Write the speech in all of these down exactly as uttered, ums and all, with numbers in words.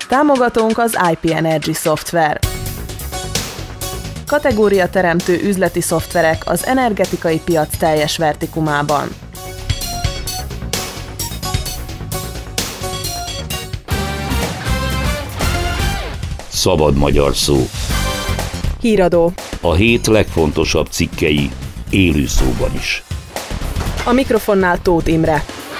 Támogatónk az i pé Energy Software. Kategória teremtő üzleti szoftverek az energetikai piac teljes vertikumában. Szabad magyar szó. Híradó. A hét legfontosabb cikkei élő szóban is. A mikrofonnál Tóth Imre.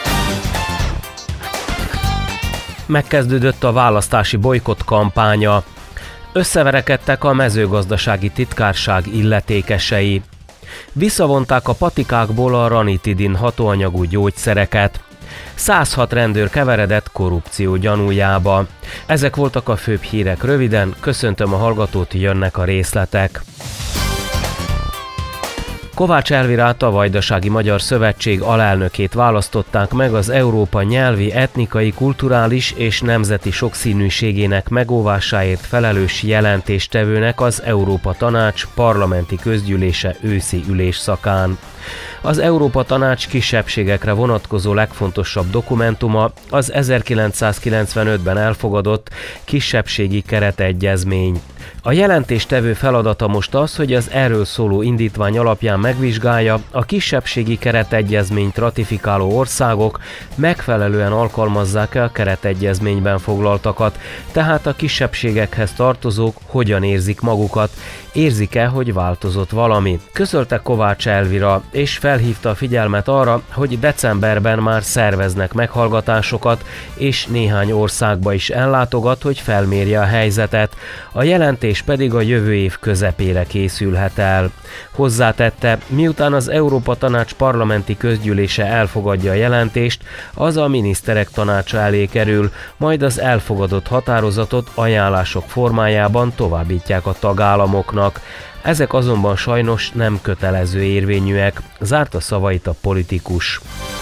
Megkezdődött a választási bojkott kampánya. Összeverekedtek a mezőgazdasági titkárság illetékesei. Visszavonták a patikákból a ranitidin hatóanyagú gyógyszereket. száz hat rendőr keveredett korrupció gyanújába. Ezek voltak a főbb hírek röviden, köszöntöm a hallgatót, jönnek a részletek. Kovács Elvirát, a Vajdasági Magyar Szövetség alelnökét választották meg az Európa nyelvi, etnikai, kulturális és nemzeti sokszínűségének megóvásáért felelős jelentéstevőnek az Európa Tanács parlamenti közgyűlése őszi ülésszakán. Az Európa Tanács kisebbségekre vonatkozó legfontosabb dokumentuma az ezerkilencszázkilencvenötben elfogadott kisebbségi keretegyezmény. A jelentéstevő feladata most az, hogy az erről szóló indítvány alapján megvizsgálja, a kisebbségi keretegyezményt ratifikáló országok megfelelően alkalmazzák-e a keretegyezményben foglaltakat, tehát a kisebbségekhez tartozók hogyan érzik magukat, érzik-e, hogy változott valami. Közölte Kovács Elvira, és felhívta a figyelmet arra, hogy decemberben már szerveznek meghallgatásokat, és néhány országba is ellátogat, hogy felmérje a helyzetet. A jelentés pedig a jövő év közepére készülhet el. Hozzátette, miután az Európa Tanács parlamenti közgyűlése elfogadja a jelentést, az a miniszterek tanácsa elé kerül, majd az elfogadott határozatot ajánlások formájában továbbítják a tagállamoknak. Ezek azonban sajnos nem kötelező érvényűek, zárta szavait a politikus.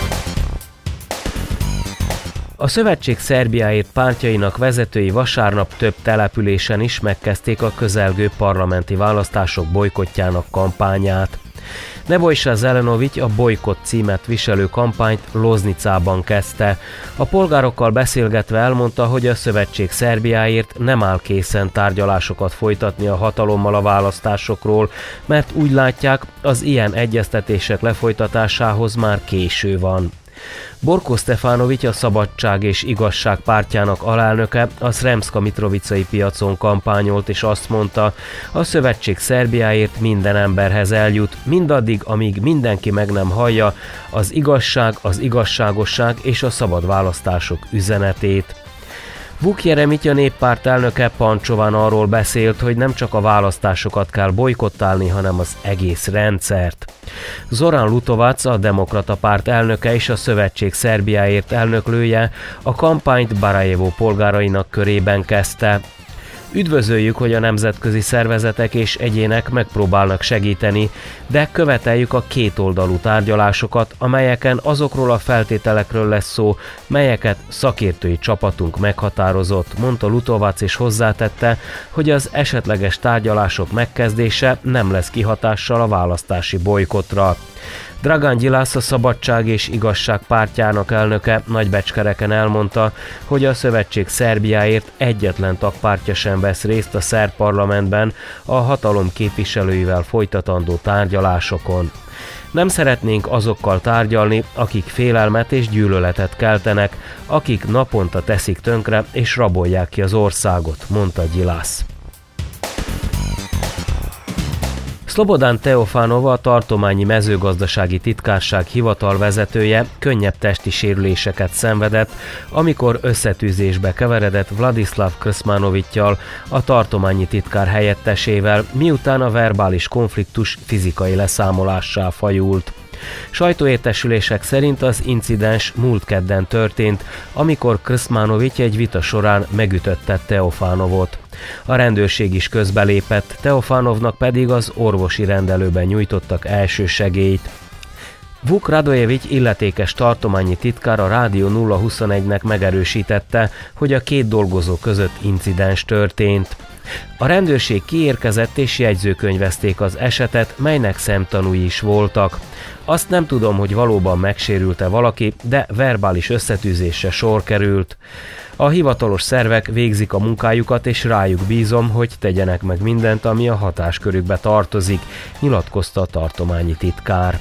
A szövetség Szerbiáért pártjainak vezetői vasárnap több településen is megkezdték a közelgő parlamenti választások bojkottjának kampányát. Nebojsa Zelenović a bojkott címet viselő kampányt Loznicában kezdte. A polgárokkal beszélgetve elmondta, hogy a szövetség Szerbiáért nem áll készen tárgyalásokat folytatni a hatalommal a választásokról, mert úgy látják, az ilyen egyeztetések lefolytatásához már késő van. Borko Stefanović, a Szabadság és Igazság pártjának alelnöke a Sremska Mitrovicai piacon kampányolt, és azt mondta, a szövetség Szerbiáért minden emberhez eljut, mindaddig, amíg mindenki meg nem hallja az igazság, az igazságosság és a szabad választások üzenetét. Vuk Jeremić, a néppárt elnöke Pancsován arról beszélt, hogy nem csak a választásokat kell bojkottálni, hanem az egész rendszert. Zoran Lutovac, a Demokrata Párt elnöke és a Szövetség Szerbiáért elnöklője a kampányt Barajevo polgárainak körében kezdte. Üdvözöljük, hogy a nemzetközi szervezetek és egyének megpróbálnak segíteni, de követeljük a kétoldalú tárgyalásokat, amelyeken azokról a feltételekről lesz szó, melyeket szakértői csapatunk meghatározott, mondta Lutovac, és hozzátette, hogy az esetleges tárgyalások megkezdése nem lesz kihatással a választási bojkottra. Dragan Gyilász, a Szabadság és Igazság pártjának elnöke Nagybecskereken elmondta, hogy a szövetség Szerbiáért egyetlen tagpártja sem vesz részt a szerb parlamentben a hatalom képviselőivel folytatandó tárgyalásokon. Nem szeretnénk azokkal tárgyalni, akik félelmet és gyűlöletet keltenek, akik naponta teszik tönkre és rabolják ki az országot, mondta Gyilász. Szlobodan Teofánov, a tartományi mezőgazdasági titkárság hivatalvezetője könnyebb testi sérüléseket szenvedett, amikor összetűzésbe keveredett Vladislav Krsmanovićsal, a tartományi titkár helyettesével, miután a verbális konfliktus fizikai leszámolássá fajult. Sajtóértesülések szerint az incidens múlt kedden történt, amikor Krsmanović egy vita során megütötte Teofánovot. A rendőrség is közbelépett, Teofánovnak pedig az orvosi rendelőben nyújtottak elsősegélyt. Vuk Radojević illetékes tartományi titkár a Rádió nulla huszonegynek megerősítette, hogy a két dolgozó között incidens történt. A rendőrség kiérkezett és jegyzőkönyvezték az esetet, melynek szemtanúi is voltak. Azt nem tudom, hogy valóban megsérült-e valaki, de verbális összetűzésre sor került. A hivatalos szervek végzik a munkájukat, és rájuk bízom, hogy tegyenek meg mindent, ami a hatáskörükbe tartozik, nyilatkozta a tartományi titkár.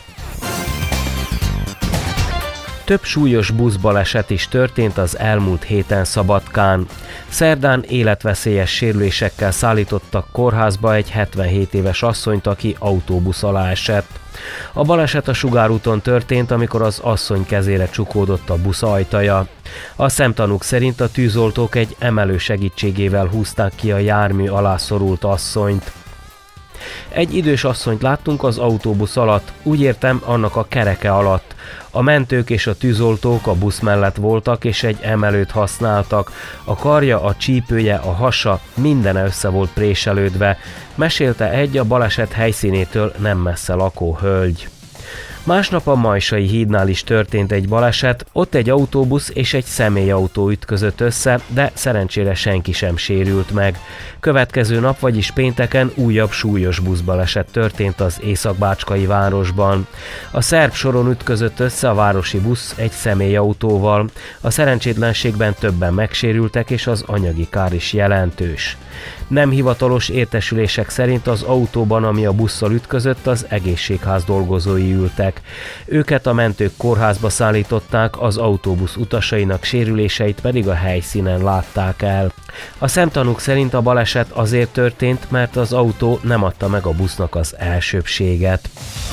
Több súlyos buszbaleset is történt az elmúlt héten Szabadkán. Szerdán életveszélyes sérülésekkel szállítottak kórházba egy hetvenhét éves asszonyt, aki autóbusz alá esett. A baleset a Sugárúton történt, amikor az asszony kezére csukódott a busz ajtaja. A szemtanúk szerint a tűzoltók egy emelő segítségével húzták ki a jármű alá szorult asszonyt. Egy idős asszonyt láttunk az autóbusz alatt, úgy értem annak a kereke alatt. A mentők és a tűzoltók a busz mellett voltak, és egy emelőt használtak. A karja, a csípője, a hasa, mindene össze volt préselődve, mesélte egy a baleset helyszínétől nem messze lakó hölgy. Másnap a Majsai hídnál is történt egy baleset, ott egy autóbusz és egy személyautó ütközött össze, de szerencsére senki sem sérült meg. Következő nap, vagyis pénteken újabb súlyos buszbaleset történt az északbácskai városban. A szerb soron ütközött össze a városi busz egy személyautóval. A szerencsétlenségben többen megsérültek, és az anyagi kár is jelentős. Nem hivatalos értesülések szerint az autóban, ami a busszal ütközött, az egészségház dolgozói ültek. Őket a mentők kórházba szállították, az autóbusz utasainak sérüléseit pedig a helyszínen látták el. A szemtanúk szerint a baleset azért történt, mert az autó nem adta meg a busznak az elsőbbséget.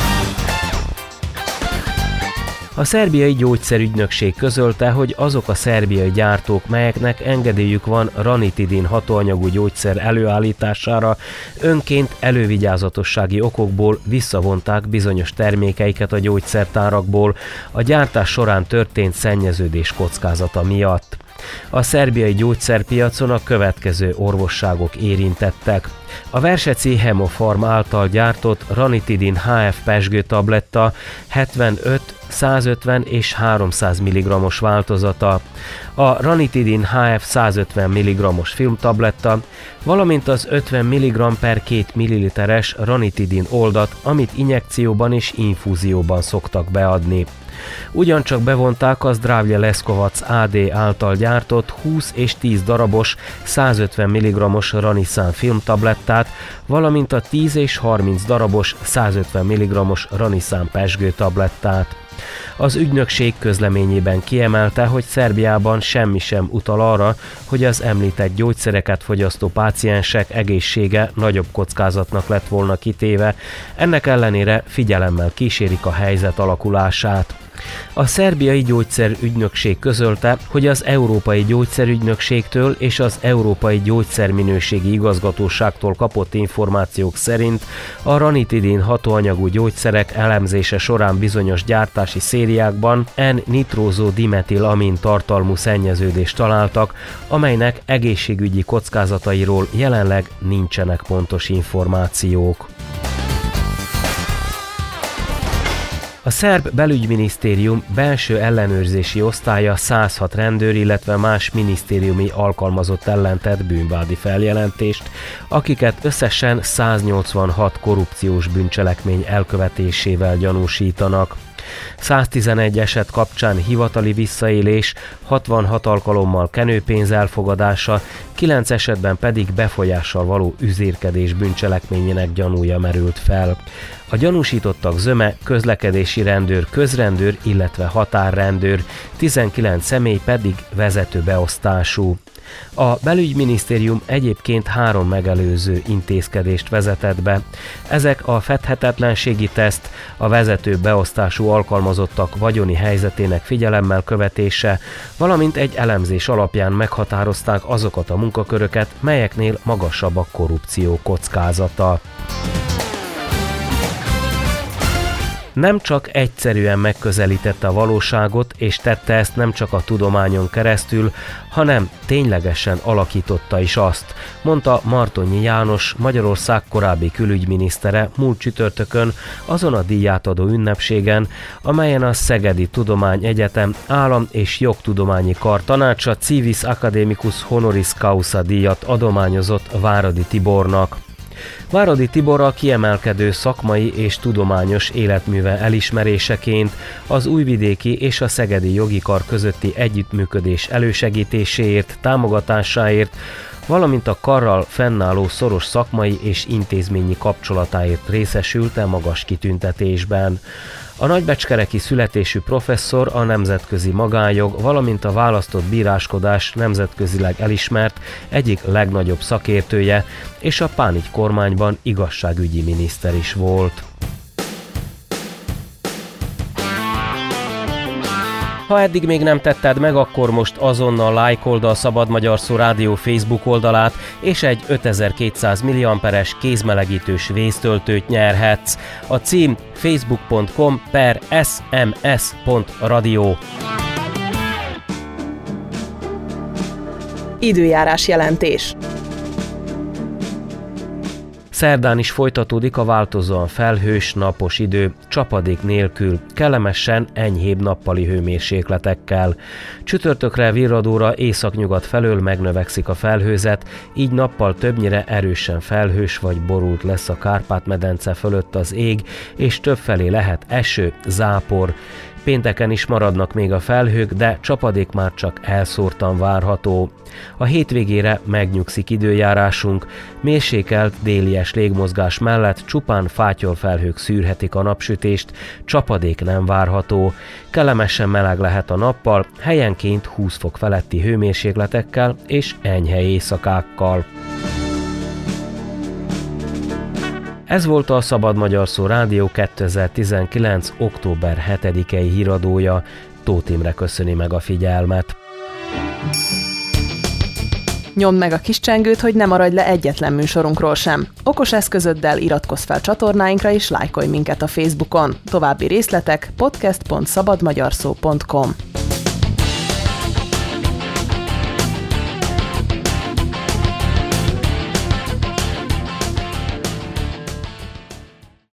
A szerbiai gyógyszerügynökség közölte, hogy azok a szerbiai gyártók, melyeknek engedélyük van ranitidin hatóanyagú gyógyszer előállítására, önként elővigyázatossági okokból visszavonták bizonyos termékeiket a gyógyszertárakból a gyártás során történt szennyeződés kockázata miatt. A szerbiai gyógyszerpiacon a következő orvosságok érintettek. A Verseci Hemofarm által gyártott ranitidin há ef pezsgőtabletta hetvenöt, százötven és háromszáz milligrammos változata, a ranitidin há ef százötven milligrammos filmtabletta, valamint az ötven milligramm per két milliliteres ranitidin oldat, amit injekcióban és infúzióban szoktak beadni. Ugyancsak bevonták a Zdravlje Leskovac á dé által gyártott húsz és tíz darabos százötven milligrammos Raniszán filmtablettát, valamint a tíz és harminc darabos százötven milligrammos Raniszán pezsgőtablettát. Az ügynökség közleményében kiemelte, hogy Szerbiában semmi sem utal arra, hogy az említett gyógyszereket fogyasztó páciensek egészsége nagyobb kockázatnak lett volna kitéve, ennek ellenére figyelemmel kísérik a helyzet alakulását. A szerbiai gyógyszerügynökség közölte, hogy az Európai Gyógyszerügynökségtől és az Európai Gyógyszerminőségi Igazgatóságtól kapott információk szerint a ranitidin hatóanyagú gyógyszerek elemzése során bizonyos gyártási szériákban N-nitrózódimetilamin tartalmú szennyeződést találtak, amelynek egészségügyi kockázatairól jelenleg nincsenek pontos információk. A szerb belügyminisztérium belső ellenőrzési osztálya száz hat rendőr, illetve más minisztériumi alkalmazott ellen tett bűnvádi feljelentést, akiket összesen száznyolcvanhat korrupciós bűncselekmény elkövetésével gyanúsítanak. száztizenegy eset kapcsán hivatali visszaélés, hatvanhat alkalommal kenőpénz elfogadása, kilenc esetben pedig befolyással való üzérkedés bűncselekményének gyanúja merült fel. A gyanúsítottak zöme közlekedési rendőr, közrendőr, illetve határrendőr, tizenkilenc személy pedig vezető beosztású. A belügyminisztérium egyébként három megelőző intézkedést vezetett be. Ezek a fedhetetlenségi teszt, a vezető beosztású alkalmazottak vagyoni helyzetének figyelemmel követése, valamint egy elemzés alapján meghatározták azokat a munkaköröket, melyeknél magasabb a korrupció kockázata. Nem csak egyszerűen megközelítette a valóságot, és tette ezt nem csak a tudományon keresztül, hanem ténylegesen alakította is azt, mondta Martonyi János, Magyarország korábbi külügyminisztere múlt csütörtökön azon a díjátadó ünnepségen, amelyen a Szegedi Tudományegyetem Állam- és Jogtudományi Kar tanácsa Civis Academicus Honoris Causa díjat adományozott Váradi Tibornak. Váradi Tibor a kiemelkedő szakmai és tudományos életműve elismeréseként az újvidéki és a szegedi jogi kar közötti együttműködés elősegítéséért, támogatásáért, valamint a karral fennálló szoros szakmai és intézményi kapcsolatáért részesült a magas kitüntetésben. A nagybecskereki születésű professzor a nemzetközi magánjog, valamint a választott bíráskodás nemzetközileg elismert egyik legnagyobb szakértője, és a Pánigy kormányban igazságügyi miniszter is volt. Ha eddig még nem tetted meg, akkor most azonnal lájkold a Szabad Magyar Szó Rádió Facebook oldalát, és egy ötezer-kétszáz milliamperes kézmelegítős vésztöltőt nyerhetsz. A cím facebook pont com per sms pont radio. Időjárás jelentés. Szerdán is folytatódik a változóan felhős, napos idő, csapadék nélkül, kellemesen enyhébb nappali hőmérsékletekkel. Csütörtökre virradóra északnyugat felől megnövekszik a felhőzet, így nappal többnyire erősen felhős vagy borult lesz a Kárpát-medence fölött az ég, és többfelé lehet eső, zápor. Pénteken is maradnak még a felhők, de csapadék már csak elszórtan várható. A hétvégére megnyugszik időjárásunk, mérsékelt délies légmozgás mellett csupán fátyolfelhők szűrhetik a napsütést, csapadék nem várható. Kellemesen meleg lehet a nappal, helyenként húsz fok feletti hőmérsékletekkel és enyhe éjszakákkal. Ez volt a Szabad Magyar Szó Rádió kétezer-tizenkilenc. október hetedikei híradója. Tóth Imre köszöni meg a figyelmet. Nyomd meg a kis csengőt, hogy ne maradj le egyetlen műsorunkról sem. Okos eszközöddel iratkozz fel csatornáinkra és lájkolj minket a Facebookon. További részletek podcast pont szabadmagyarszó pont com.